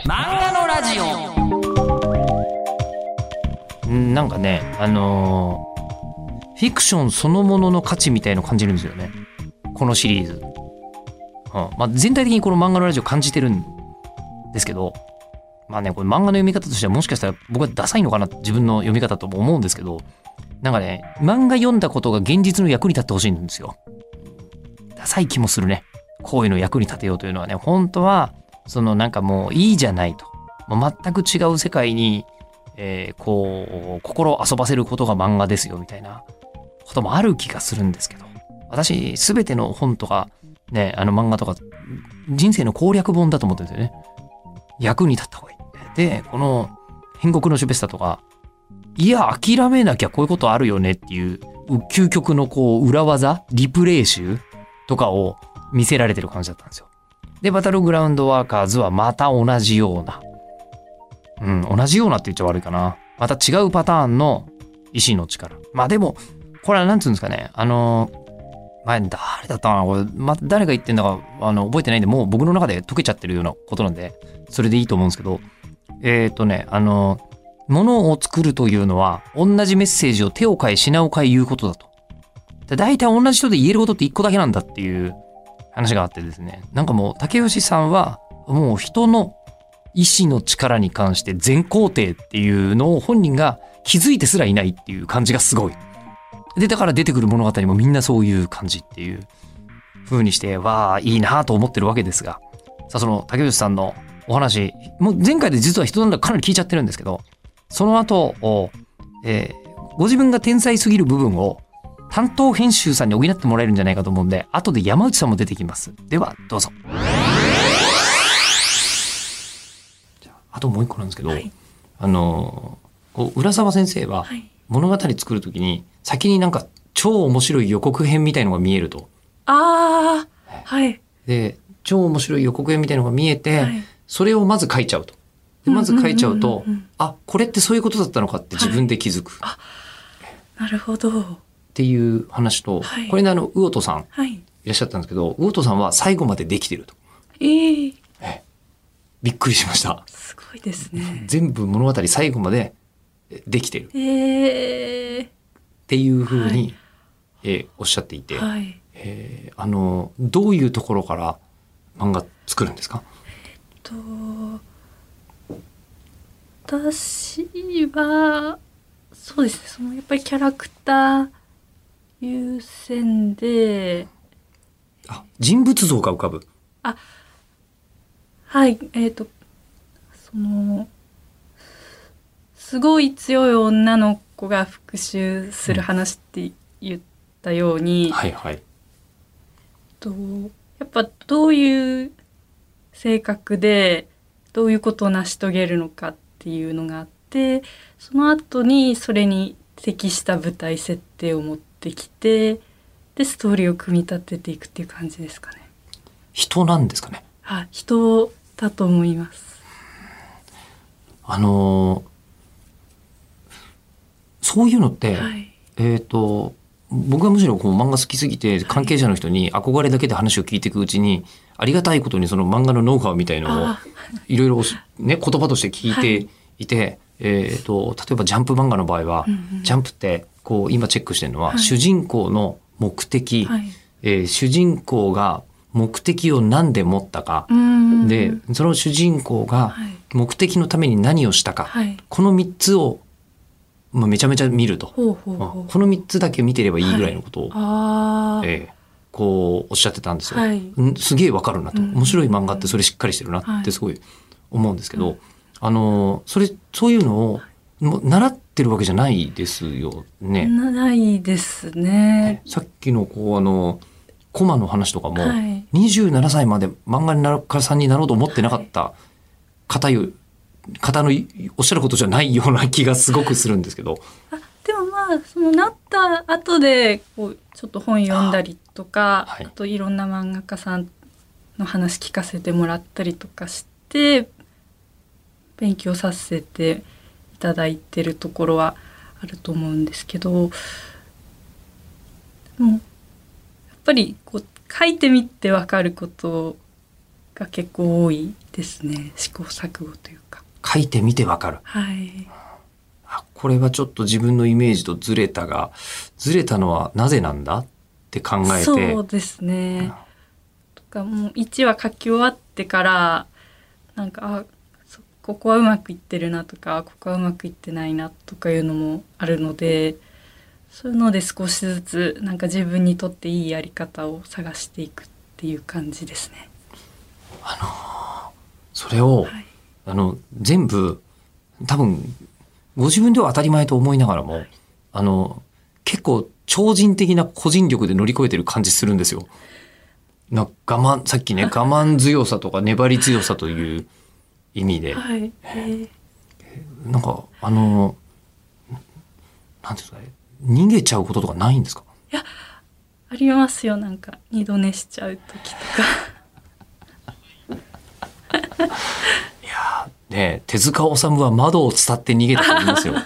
漫画のラジオ。なんかね、フィクションそのものの価値みたいのを感じるんですよね、このシリーズ。全体的にこの漫画のラジオ感じてるんですけど、これ漫画の読み方としてはもしかしたら僕はダサいのかな、自分の読み方とも思うんですけど、なんかね、漫画読んだことが現実の役に立ってほしいんですよ。ダサい気もするね。こういうの役に立てようというのはね、本当はなんかもういいじゃないと、全く違う世界に、心を遊ばせることが漫画ですよみたいなこともある気がするんですけど、私全ての本とかね、漫画とか人生の攻略本だと思ってるんですよね。役に立った方がいい。で、この変国のシュベスタとか、いや諦めなきゃこういうことあるよねっていう究極の裏技、リプレイ集とかを見せられてる感じだったんですよ。で、バトルグラウンドワーカーズはまた同じような、同じようなって言っちゃ悪いかな、また違うパターンの意志の力。でもこれはなんつうんですかね、誰だったかな、これ、誰が言ってんだか覚えてないんで、もう僕の中で解けちゃってるようなことなんでそれでいいと思うんですけど、物を作るというのは同じメッセージを手を変え品を変え言うことだと。大体同じ人で言えることって一個だけなんだっていう話があってですね、なんかもう竹吉さんはもう人の意志の力に関して全肯定っていうのを本人が気づいてすらいないっていう感じがすごい。で、だから出てくる物語もみんなそういう感じっていう風にして、いいなと思ってるわけですが、さあその竹吉さんのお話、もう前回で実は人なんだかなり聞いちゃってるんですけど、その後、ご自分が天才すぎる部分を担当編集さんに補ってもらえるんじゃないかと思うんで、後で山内さんも出てきます。ではどうぞ。じゃあともう一個なんですけど、はい、浦沢先生は物語作るときに先になんか超面白い予告編みたいのが見えると。 はい。 で、超面白い予告編みたいのが見えて、はい、それをまず書いちゃうと。でまず書いちゃうと、これってそういうことだったのかって自分で気づく。 なるほど。 っていう話と、これで魚戸さん、いらっしゃったんですけど、魚戸さんは最後までできてると。びっくりしました。 すごいですね。 全部物語最後までできてる。っていうふうに、おっしゃっていて、どういうところから漫画作るんですか？ 私はそうですね、やっぱりキャラクター優先で、 人物像が浮かぶ。 すごい強い女の子が復讐する話って言ったように、やっぱどういう性格でどういうことを成し遂げるのかっていうのがあって、その後にそれに適した舞台設定を持ってきて、でストーリーを組み立てていくっていう感じですかね。 人なんですかね。 人だと思います。 そういうのって、僕はむしろ漫画好きすぎて関係者の人に憧れだけで話を聞いていくうちに、ありがたいことにその漫画のノウハウみたいのをいろいろね、言葉として聞いていて、例えばジャンプ漫画の場合は、ジャンプって今チェックしてるのは、主人公の目的、主人公が目的を何で持ったか、でその主人公が目的のために何をしたか、この3つをめちゃめちゃ見ると、この3つだけ見てればいいぐらいのことを、おっしゃってたんですよ。すげえわかるなと、面白い漫画ってそれしっかりしてるなってすごい思うんですけど、そういうのを習ってるわけじゃないですよね。 ないですね。 さっきのコマの話とかも、27歳まで漫画家さんになろうと思ってなかった方のおっしゃることじゃないような気がすごくするんですけど。 でもなった後でちょっと本読んだりとか、あといろんな漫画家さんの話聞かせてもらったりとかして勉強させていただいてるところはあると思うんですけど、やっぱり書いてみて分かることが結構多いですね。試行錯誤というか。 書いてみてわかる。 はい。 これはちょっと自分のイメージとずれたのはなぜなんだって考えて。 そうですね。とかもう1話書き終わってからなんかここはうまくいってるなとかここはうまくいってないなとかいうのもあるので、そういうので少しずつなんか自分にとっていいやり方を探していくっていう感じですね。 それを、はい、全部多分ご自分では当たり前と思いながらも、結構超人的な個人力で乗り越えてる感じするんですよ。さっきね、我慢強さとか粘り強さという意味で、 はい、 なんかなんていうんですかね、逃げちゃうこととかないんですか？ いや、ありますよ。なんか二度寝しちゃう時とか。 いやね、手塚治虫は窓を伝って逃げたと思いますよ。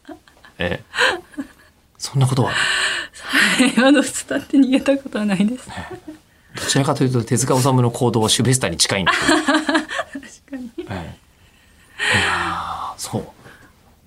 そんなことは、 窓を伝って逃げたことはないです。 どちらかというと手塚治虫の行動はシュベスターに近いんですよ。 確かに。 いやそう、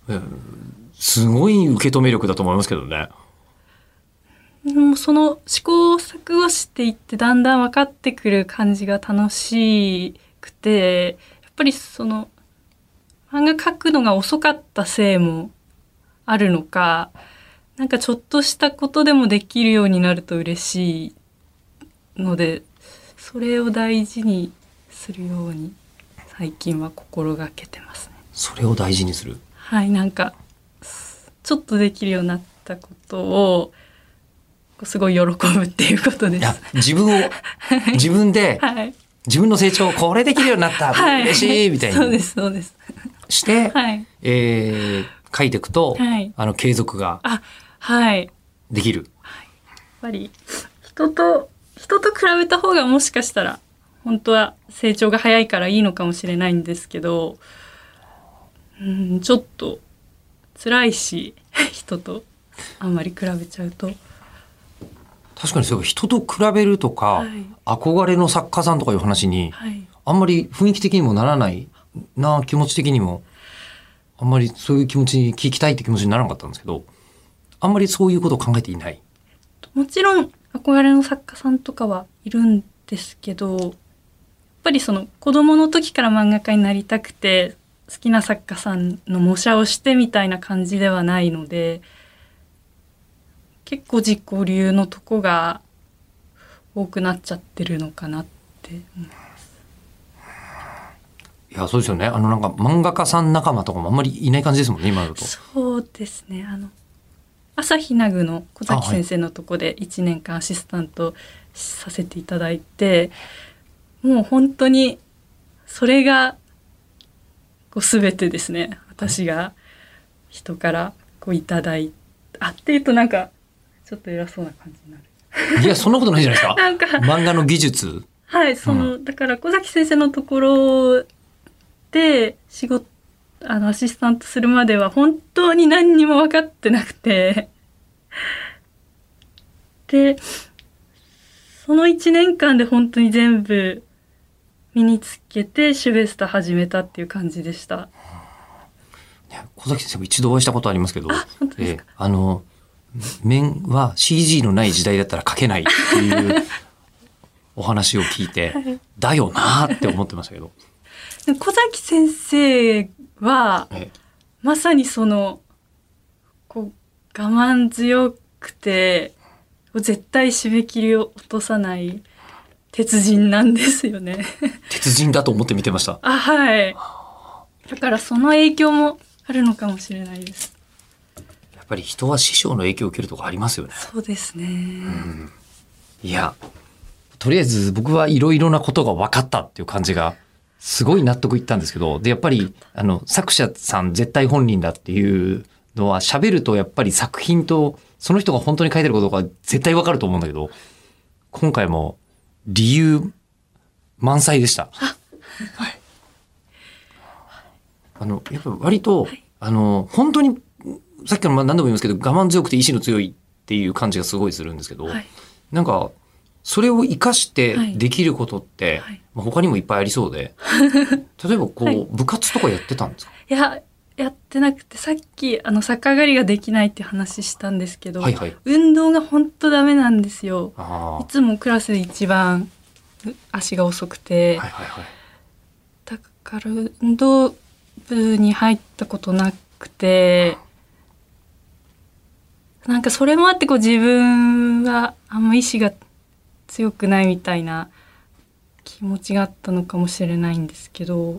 すごい受け止め力だと思いますけどね。 もうその試行錯誤していってだんだん分かってくる感じが楽しくて、やっぱりその漫画描くのが遅かったせいもあるのか、なんかちょっとしたことでもできるようになると嬉しいので、それを大事にするように最近は心がけてますね。 それを大事にする。 はい、なんかちょっとできるようになったことをすごい喜ぶっていうことです。 いや、自分で、はい、自分の成長これできるようになった、はい、嬉しいみたいに。 そうですそうです。 して、 はい、 書いていくと、はい、継続ができる。 はい、やっぱり人と比べた方がもしかしたら本当は成長が早いからいいのかもしれないんですけど、ちょっと辛いし人とあんまり比べちゃうと。 確かにそう、人と比べるとか、はい、憧れの作家さんとかいう話に、はい、あんまり雰囲気的にもならないな、気持ち的にもあんまりそういう気持ちに聞きたいって気持ちにならなかったんですけど、あんまりそういうことを考えていない。 もちろん憧れの作家さんとかはいるんですけど、やっぱりその子供の時から漫画家になりたくて好きな作家さんの模写をしてみたいな感じではないので、結構自己流のとこが多くなっちゃってるのかなって思います。 いや、そうですよね。なんか漫画家さん仲間とかもあんまりいない感じですもんね、今だと。 そうですね。朝日奈具の小崎先生のとこで1年間アシスタントさせていただいて、もう本当にそれが全てですね。私が人からいただいて、っていうとなんかちょっと偉そうな感じになる。 いや、そんなことないじゃないですか。 なんか漫画の技術。 はい、だから小崎先生のところで仕事アシスタントするまでは本当に何にも分かってなくて、でその1年間で本当に全部身につけてシュベスタ始めたっていう感じでした。 小崎先生も一度お会いしたことありますけど、 本当ですか？ 面は CG のない時代だったら描けないっていうお話を聞いて、はい、だよなって思ってましたけど、 小崎先生はまさに我慢強くて絶対締め切りを落とさない鉄人なんですよね。 鉄人だと思って見てました。 はい。だからその影響もあるのかもしれないです。 やっぱり人は師匠の影響を受けるとこありますよね。 そうですね。 いや、とりあえず僕はいろいろなことが分かったっていう感じがすごい納得いったんですけど、でやっぱり作者さん絶対本人だっていうのは喋るとやっぱり作品とその人が本当に書いてることが絶対分かると思うんだけど、今回も理由満載でした。はい。やっぱ割と、本当にさっきから何度も言いますけど我慢強くて意志の強いっていう感じがすごいするんですけど、はい、なんかそれを活かしてはいできることって、 はいまあ他にもいっぱいありそうで、例えばこう、 はい部活とかやってたんですか？ いや、やってなくて、さっき逆上がりができないって話したんですけど、 はいはい。 運動が本当ダメなんですよ。 あいつもクラスで一番足が遅くて、 あ。はいはいはい。 だから運動部に入ったことなくて、なんかそれもあってこう自分はあんま意志が強くないみたいな気持ちがあったのかもしれないんですけど、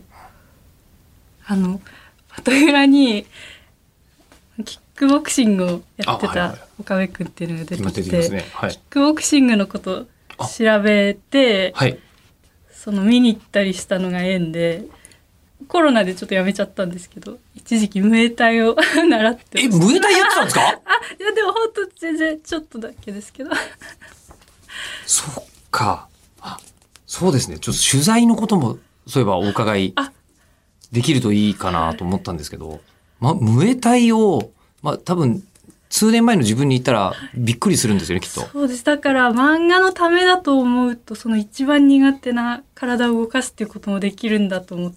パトグラにキックボクシングをやってたあはいはい岡部君っていうのが出今てきて、 出てきますね。はいキッ。クボクシングのこと調べて、 はい。 その見に行ったりしたのが縁で、コロナでちょっとやめちゃったんですけど、一時期ムエタイを習ってました。 ムエタイやってたんですか？ いやでも本当全然ちょっとだけですけど。 そっか。あ、そうですね。ちょっと取材のことも、そういえばお伺いあできるといいかなと思ったんですけど、ムエタイを、多分、数年前の自分に言ったらびっくりするんですよね、きっと。 そうです。だから漫画のためだと思うと、その一番苦手な体を動かすっていうこともできるんだと思って、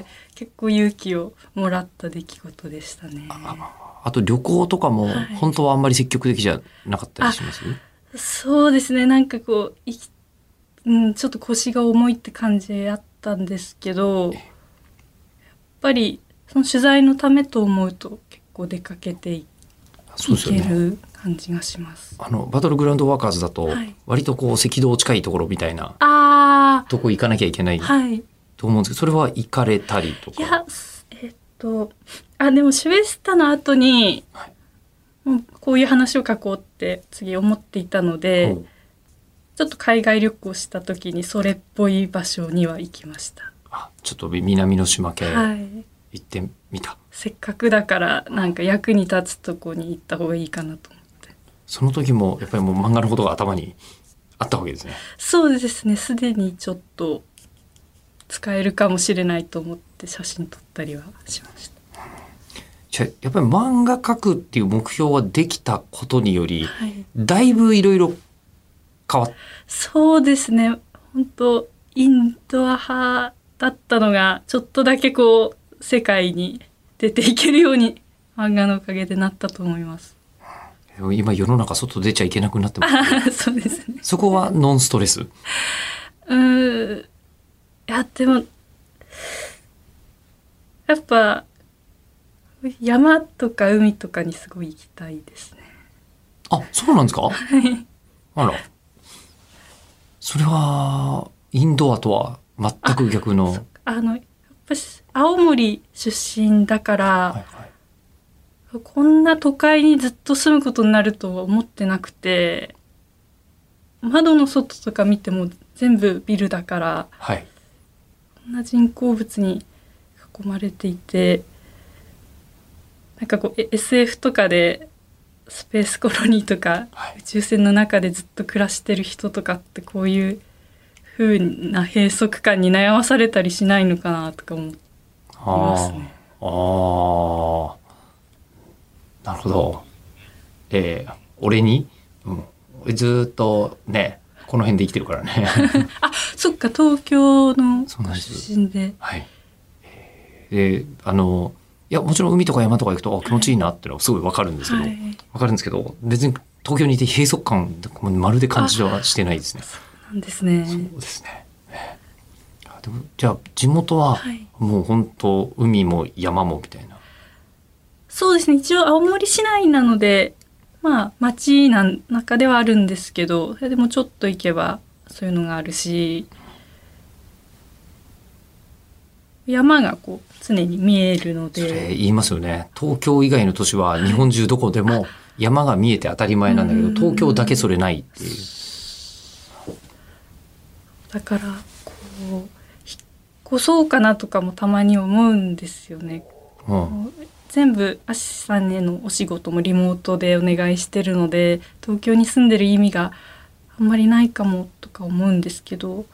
結構勇気をもらった出来事でしたね。 あと旅行とかもはい本当はあんまり積極的じゃなかったりします？ そうですね。なんかこう、ちょっと腰が重いって感じあったんですけど、やっぱりその取材のためと思うと結構出かけていそうですよね。 ける感じがします。 バトルグラウンドワーカーズだとはい割とこう赤道近いところみたいなあとこ行かなきゃいけないあ、はい。いと思うんですけど、それは行かれたりとか。 や、でもシュエスタの後に、 はいもうこういう話を書こうって次思っていたので、 ほうちょっと海外旅行した時にそれっぽい場所には行きました。 ちょっと南の島系はい。 行ってみた。 せっかくだからなんか役に立つとこに行った方がいいかなと思って。 その時もやっぱりもう漫画のことが頭にあったわけですね。 そうですね。すでにちょっと使えるかもしれないと思って写真撮ったりはしました。 じゃあやっぱり漫画描くっていう目標ができたことにより、 はい。 だいぶいろいろ変わっそうですね。本当インドア派だったのがちょっとだけこう世界に出ていけるように漫画のおかげでなったと思います。 今世の中外出ちゃいけなくなってます。 そうですね。 そこはノンストレス。 いやでもやっぱ山とか海とかにすごい行きたいですね。 あ、そうなんですか？あら。それはインドアとは全く逆の。 やっぱ青森出身だから、 はいはいこんな都会にずっと住むことになるとは思ってなくて、窓の外とか見ても全部ビルだからはい。 こんな人工物に囲まれていて、なんかこうSF とかでスペースコロニーとかはい宇宙船の中でずっと暮らしてる人とかってこういう風な閉塞感に悩まされたりしないのかなとか思いますね。 ああ。なるほど。俺に、俺ずーっとね、この辺で生きてるからね。 そっか、東京のそうなんです出身で。 はい。で、いや、もちろん海とか山とか行くと気持ちいいなっていうのはすごいわかるんですけど、 はい。 わかるんですけど、別に東京にいて閉塞感まるで感じはしてないですね。 なんですね。 そうですね。でもじゃあ地元ははい。 もう本当海も山もみたいな。 そうですね。一応青森市内なので、まあ町の中ではあるんですけど、それでもちょっと行けばそういうのがあるし、山がこう常に見えるのそれで、 言いますよね。東京以外の都市は日本中どこでも山が見えて当たり前なんだけど、 うん東京だけそれないっていう。 だからこう引っ越そうかなとかもたまに思うんですよね。 うん全部アシさんへのお仕事もリモートでお願いしてるので、東京に住んでる意味があんまりないかもとか思うんですけど、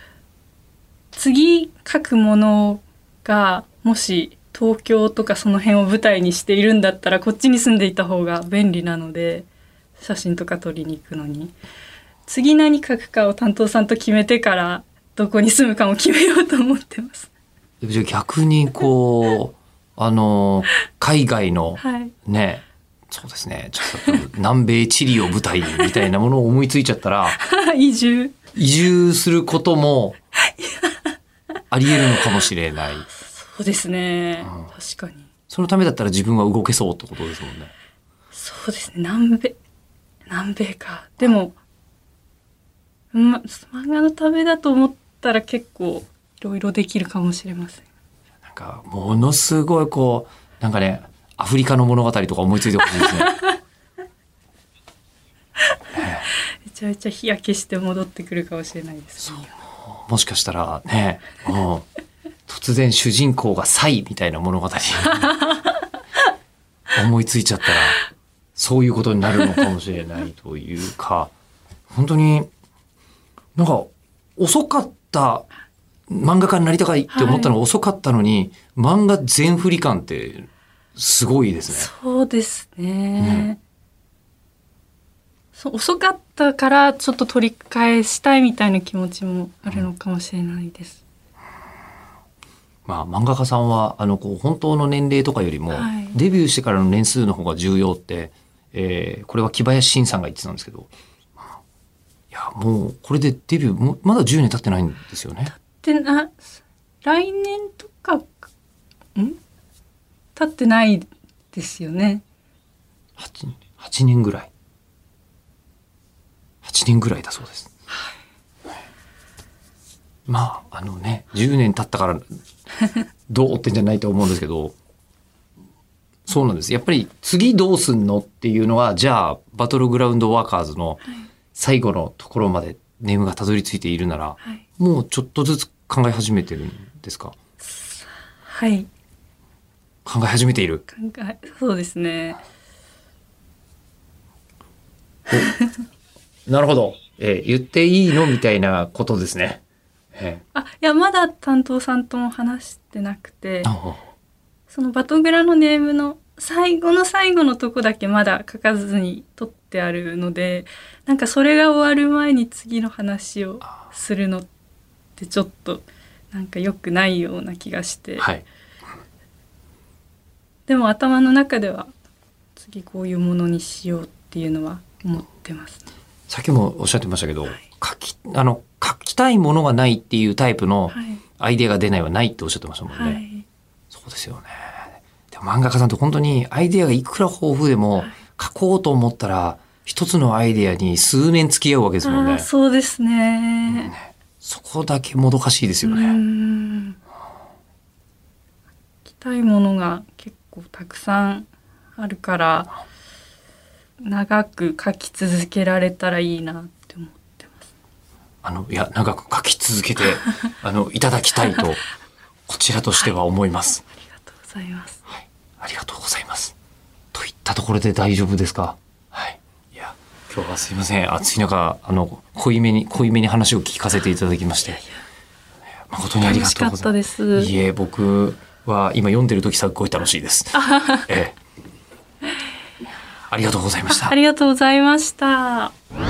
次書くものがもし東京とかその辺を舞台にしているんだったらこっちに住んでいた方が便利なので、写真とか撮りに行くのに次何書くかを担当さんと決めてからどこに住むかも決めようと思ってます。 じゃあ逆にこう海外のね、はい、そうですね、ちょっと南米チリを舞台みたいなものを思いついちゃったら移住することもありえるのかもしれない。 そうですね、確かに。 そのためだったら自分は動けそうってことですもんね。 そうですね、南米か。でも、漫画のためだと思ったら結構いろいろできるかもしれません。 なんかものすごいこうなんかね、アフリカの物語とか思いついてほしいですね。 めちゃめちゃ日焼けして戻ってくるかもしれないです、ね。 もしかしたらね、突然主人公がサイみたいな物語思いついちゃったらそういうことになるのかもしれないというか、本当になんか遅かった、漫画家になりたいって思ったのが遅かったのに、はい、漫画全振り感ってすごいですね。 そうですね。遅かったからちょっと取り返したいみたいな気持ちもあるのかもしれないです。 まあ、漫画家さんはこう本当の年齢とかよりも、はい、デビューしてからの年数の方が重要って、これは木林伸さんが言ってたんですけど、いやもうこれでデビューまだ10年経ってないんですよね。 来年とか経ってないですよね。 8年ぐらい8年ぐらいだそうです。はい、まあね、10年経ったからどうってんじゃないと思うんですけど、そうなんです。やっぱり次どうすんのっていうのは、じゃあバトルグラウンドワーカーズの最後のところまでネームがたどり着いているなら、はい、もうちょっとずつ考え始めてるんですか？ はい。 考え始めている。 そうですね。 なるほど、言っていいのみたいなことですね。 いやまだ担当さんとも話してなくて、そのバトグラのネームの最後の最後のとこだけまだ書かずに取ってあるので、なんかそれが終わる前に次の話をするのってちょっとなんか良くないような気がして、はい、でも頭の中では次こういうものにしようっていうのは思ってますね。 さっきもおっしゃってましたけど、はい、書きたいものがないっていうタイプのアイデアが出ないはないっておっしゃってましたもんね。はい、そうですよね。でも漫画家さんって本当にアイデアがいくら豊富でも、はい、書こうと思ったら一つのアイデアに数年付き合うわけですもんね。 そうですね。 そこだけもどかしいですよね。 書きたいものが結構たくさんあるから長く書き続けられたらいいなって思ってます。 いや長く書き続けていただきたいとこちらとしては思います。 ありがとうございます。 はい、ありがとうございます。といったところで大丈夫ですか？はい。いや今日はすいません、暑い中濃いめに話を聞かせていただきまして、誠にありがとうございます。いえ、僕は今読んでる時すっごい楽しいです。ありがとうございました。 ありがとうございました。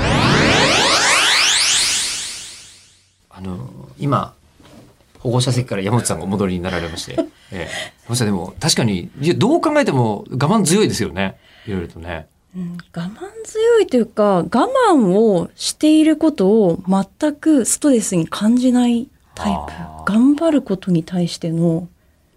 今保護者席から山内さんがお戻りになられまして、山内さんでも確かにどう考えても我慢強いですよね。いろいろとね。 我慢強いというか、我慢をしていることを全くストレスに感じないタイプ。頑張ることに対しての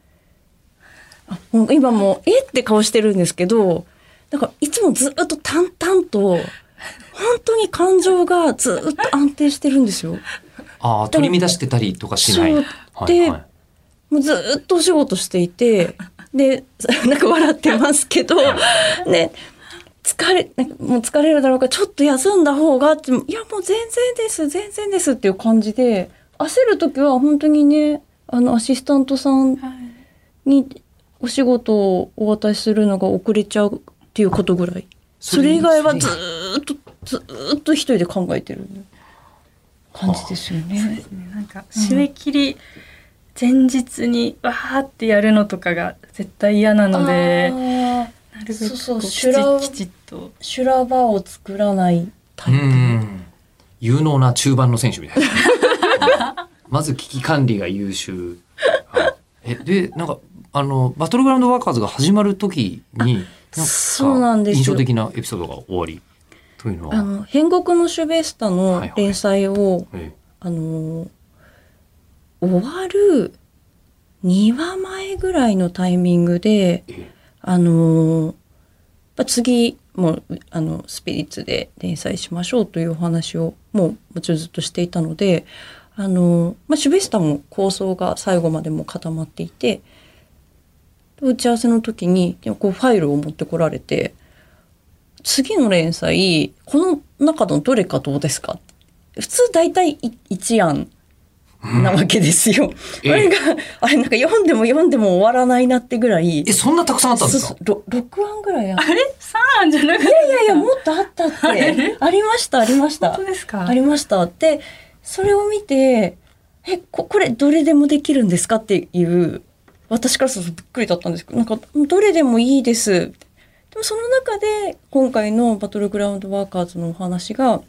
今もうって顔してるんですけど、なんかいつもずっと淡々と本当に感情がずっと安定してるんですよ。 取り乱してたりとかしない。 で、もうずっとお仕事していて、でなんか笑ってますけど、ね、もう疲れるだろうからちょっと休んだ方がって、いやもう全然ですっていう感じで、焦る時は本当にね、アシスタントさんにお仕事をお渡しするのが遅れちゃうっていうことぐらい。それ以外はずっと一人で考えてる感じですよね。 そうですね。なんか締め切り前日にわーってやるのとかが絶対嫌なので、なるべくきちっと修羅場を作らないタイプ。 有能な中盤の選手みたいなまず危機管理が優秀。でなんかバトルグラウンドワーカーズが始まる時にそうなんですよ。 印象的なエピソードが終わりというのは変国のシュベスタの連載を、終わる2話前ぐらいのタイミングで、次もうスピリッツで連載しましょうというお話をもちろんずっとしていたので、シュベスタも構想が最後までも固まっていて、打ち合わせの時にこうファイルを持ってこられて、次の連載この中のどれかどうですか。普通大体1案なわけですよ。あれなんか読んでも終わらないなってぐらい。 そんなたくさんあったんですか。 6案ぐらいあれ3案じゃなかった。 いやもっとあったってありました本当ですか。 ありましたって。それを見てこれどれでもできるんですかっていう私からするとびっくりだったんですけど、なんかどれでもいいです。でもその中で今回のバトルグラウンドワーカーズのお話が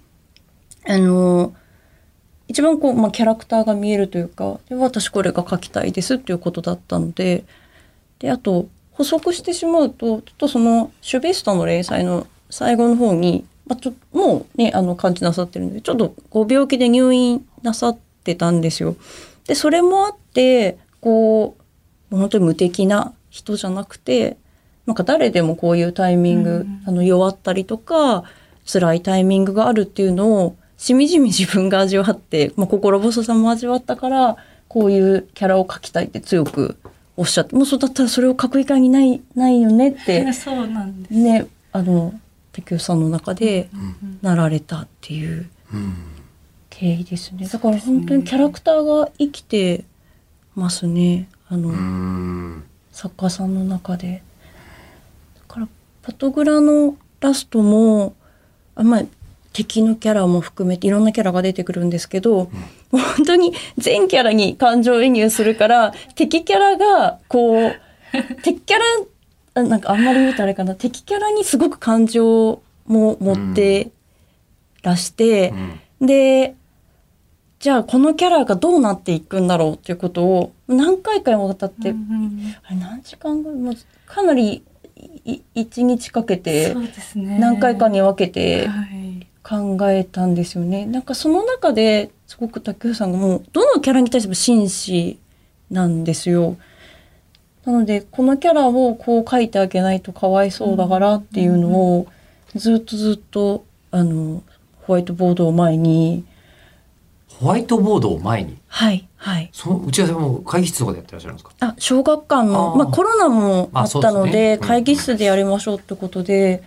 一番キャラクターが見えるというか、で私これが書きたいですっていうことだったので、あと補足してしまうと、ちょっとそのシュベスタの連載の最後の方に、もうね感じなさってるんで、ちょっとご病気で入院なさってたんですよ。でそれもあって本当に無敵な人じゃなくて、なんか誰でもこういうタイミング、弱ったりとか辛いタイミングがあるっていうのをしみじみ自分が味わって、心細さも味わったからこういうキャラを描きたいって強くおっしゃって、もうそうだったらそれを描く以外にないよねってそうなんですね、竹内さんの中でなられたっていう経緯ですね。だから本当にキャラクターが生きてますね、作家さんの中で。だからパトグラのラストも敵のキャラも含めていろんなキャラが出てくるんですけど、もう本当に全キャラに感情移入するから敵キャラが敵キャラなんかあんまり言うとあれかな、敵キャラにすごく感情も持ってらして、でじゃあこのキャラがどうなっていくんだろうっていうことを何回かにわたって、あれ何時間ぐらい、もうかなり1日かけて何回かに分けて考えたんですよね。なんかその中ですごく竹内さんがもうどのキャラに対しても真摯なんですよ。なのでこのキャラをこう描いてあげないとかわいそうだからっていうのをずっとホワイトボードを前に。 ホワイトボードを前に。 はい。 その打ち合わせも会議室とかでやってらっしゃるんですか。 小学館のコロナもあったので、会議室でやりましょうってことで、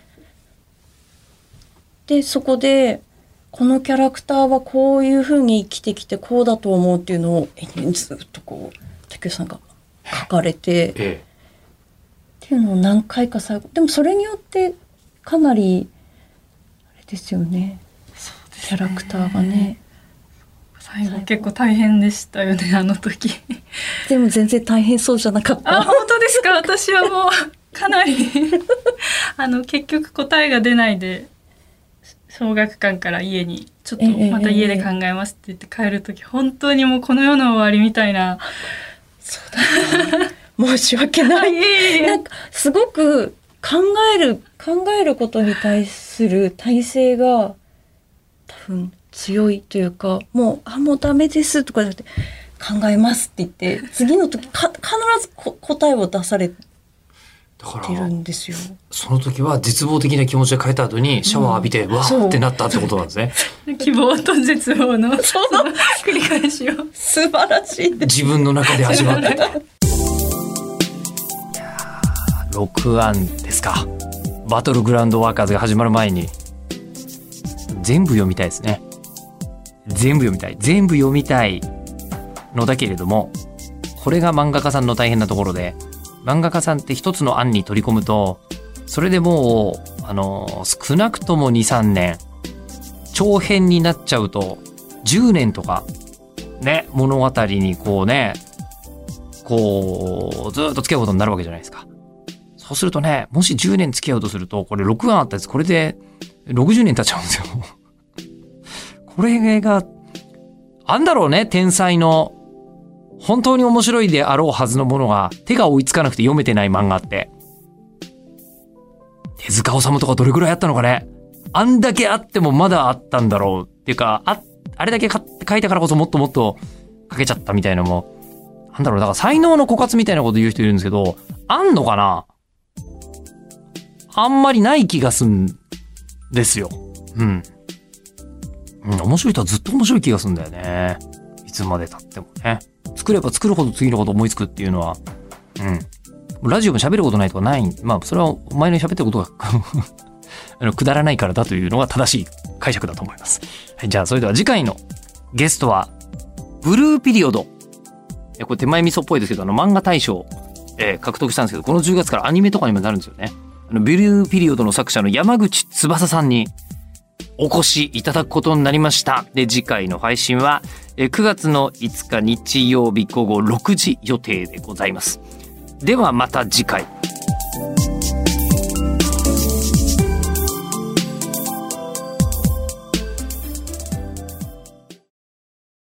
そこでこのキャラクターはこういう風に生きてきてこうだと思うっていうのをずっと竹内さんが書かれて、っていうのを何回か最後、でもそれによってかなりあれですよね、キャラクターがね。 最後結構大変でしたよね、あの時。 でも全然大変そうじゃなかった。 本当ですか。私はもうかなり結局答えが出ないで小学館から家にちょっとまた家で考えますって言って帰る時、本当にもうこの世の終わりみたいな。 そうだ申し訳ない。なんかすごく考えることに対する体制が多分強いというか、もうダメですとかじゃなくて考えますって言って次の時必ず答えを出されてるんですよ。 その時は絶望的な気持ちで帰った後にシャワー浴びて、わーってなったってことなんですね。 希望と絶望の繰り返しを素晴らしい自分の中で味わってた。6案ですか。バトルグラウンドワーカーズが始まる前に全部読みたいですね。全部読みたいのだけれども、これが漫画家さんの大変なところで、漫画家さんって一つの案に取り込むと、それでもう少なくとも 2,3 年長編になっちゃうと10年とかね、物語にずっと付き合うことになるわけじゃないですか。そうするとね、もし10年付き合うとすると、これ6案あったやつ、これで60年経っちゃうんですよ。 これが、あんだろうね、天才の。本当に面白いであろうはずのものが、手が追いつかなくて読めてない漫画って。手塚治虫とかどれくらいあったのかね。あんだけあってもまだあったんだろう。っていうか、あれだけ書いたからこそもっともっと書けちゃったみたいなのも、なんだろう、だから才能の枯渇みたいなこと言う人いるんですけど、あんのかな？あんまりない気がすんですよ。うん。面白い人はずっと面白い気がするんだよね。いつまで経ってもね。作れば作るほど次のこと思いつくっていうのは、ラジオも喋ることないとかない。まあ、それはお前の喋ってることがくだらないからだというのが正しい解釈だと思います。はい、じゃあ、それでは次回のゲストは、ブルーピリオド。これ手前味噌っぽいですけど、漫画大賞、獲得したんですけど、この10月からアニメとかにもなるんですよね。ブルーピリオドの作者の山口翼さんにお越しいただくことになりました。で、次回の配信は9月の5日日曜日午後6時予定でございます。ではまた次回。